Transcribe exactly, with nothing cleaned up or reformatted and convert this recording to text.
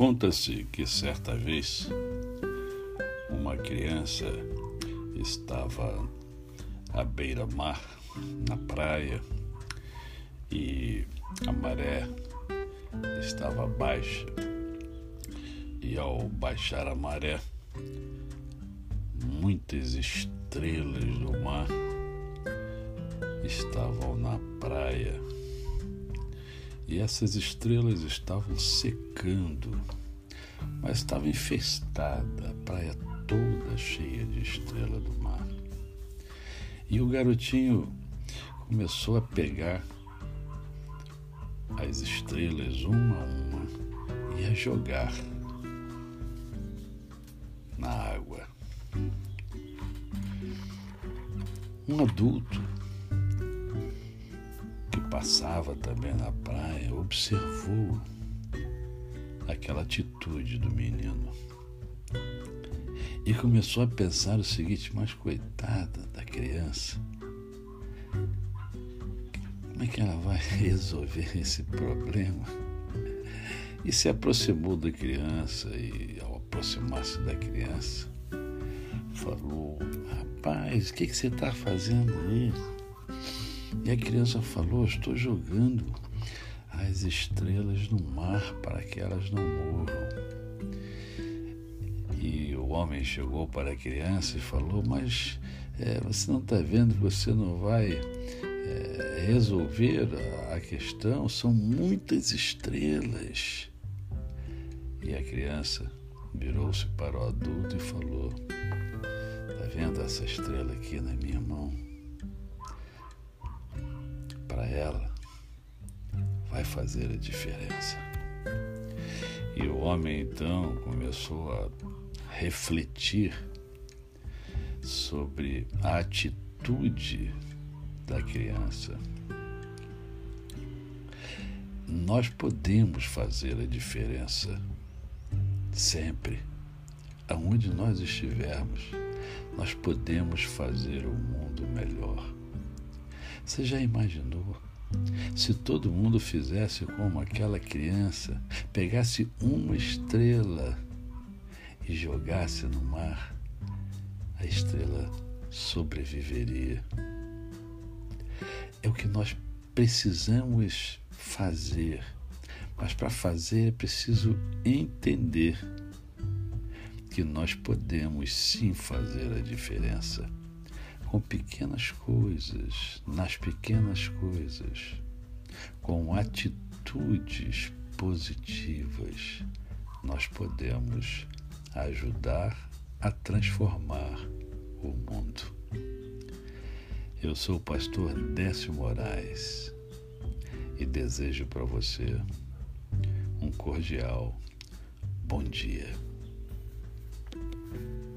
Conta-se que certa vez uma criança estava à beira-mar, na praia, e a maré estava baixa. E ao baixar a maré, muitas estrelas do mar estavam na praia. E essas estrelas estavam secando, mas estava infestada, a praia toda cheia de estrela do mar. E o garotinho começou a pegar as estrelas uma a uma e a jogar na água. Um adulto que passava também na praia observou aquela atitude do menino e começou a pensar o seguinte: mas coitada da criança, como é que ela vai resolver esse problema? E se aproximou da criança e, ao aproximar-se da criança, falou: rapaz, o que, que você está fazendo aí? E a criança falou: estou jogando as estrelas no mar para que elas não morram. E o homem chegou para a criança e falou: mas é, você não está vendo que você não vai é, resolver a questão? São muitas estrelas. E a criança virou-se para o adulto e falou: está vendo essa estrela aqui na minha mão? Para ela vai fazer a diferença. E o homem então começou a refletir sobre a atitude da criança. Nós podemos fazer a diferença sempre, aonde nós estivermos. Nós podemos fazer o mundo melhor. Você já imaginou se todo mundo fizesse como aquela criança, pegasse uma estrela e jogasse no mar? A estrela sobreviveria. É o que nós precisamos fazer, mas para fazer é preciso entender que nós podemos sim fazer a diferença. Com pequenas coisas, nas pequenas coisas, com atitudes positivas, nós podemos ajudar a transformar o mundo. Eu sou o pastor Décio Moraes e desejo para você um cordial bom dia.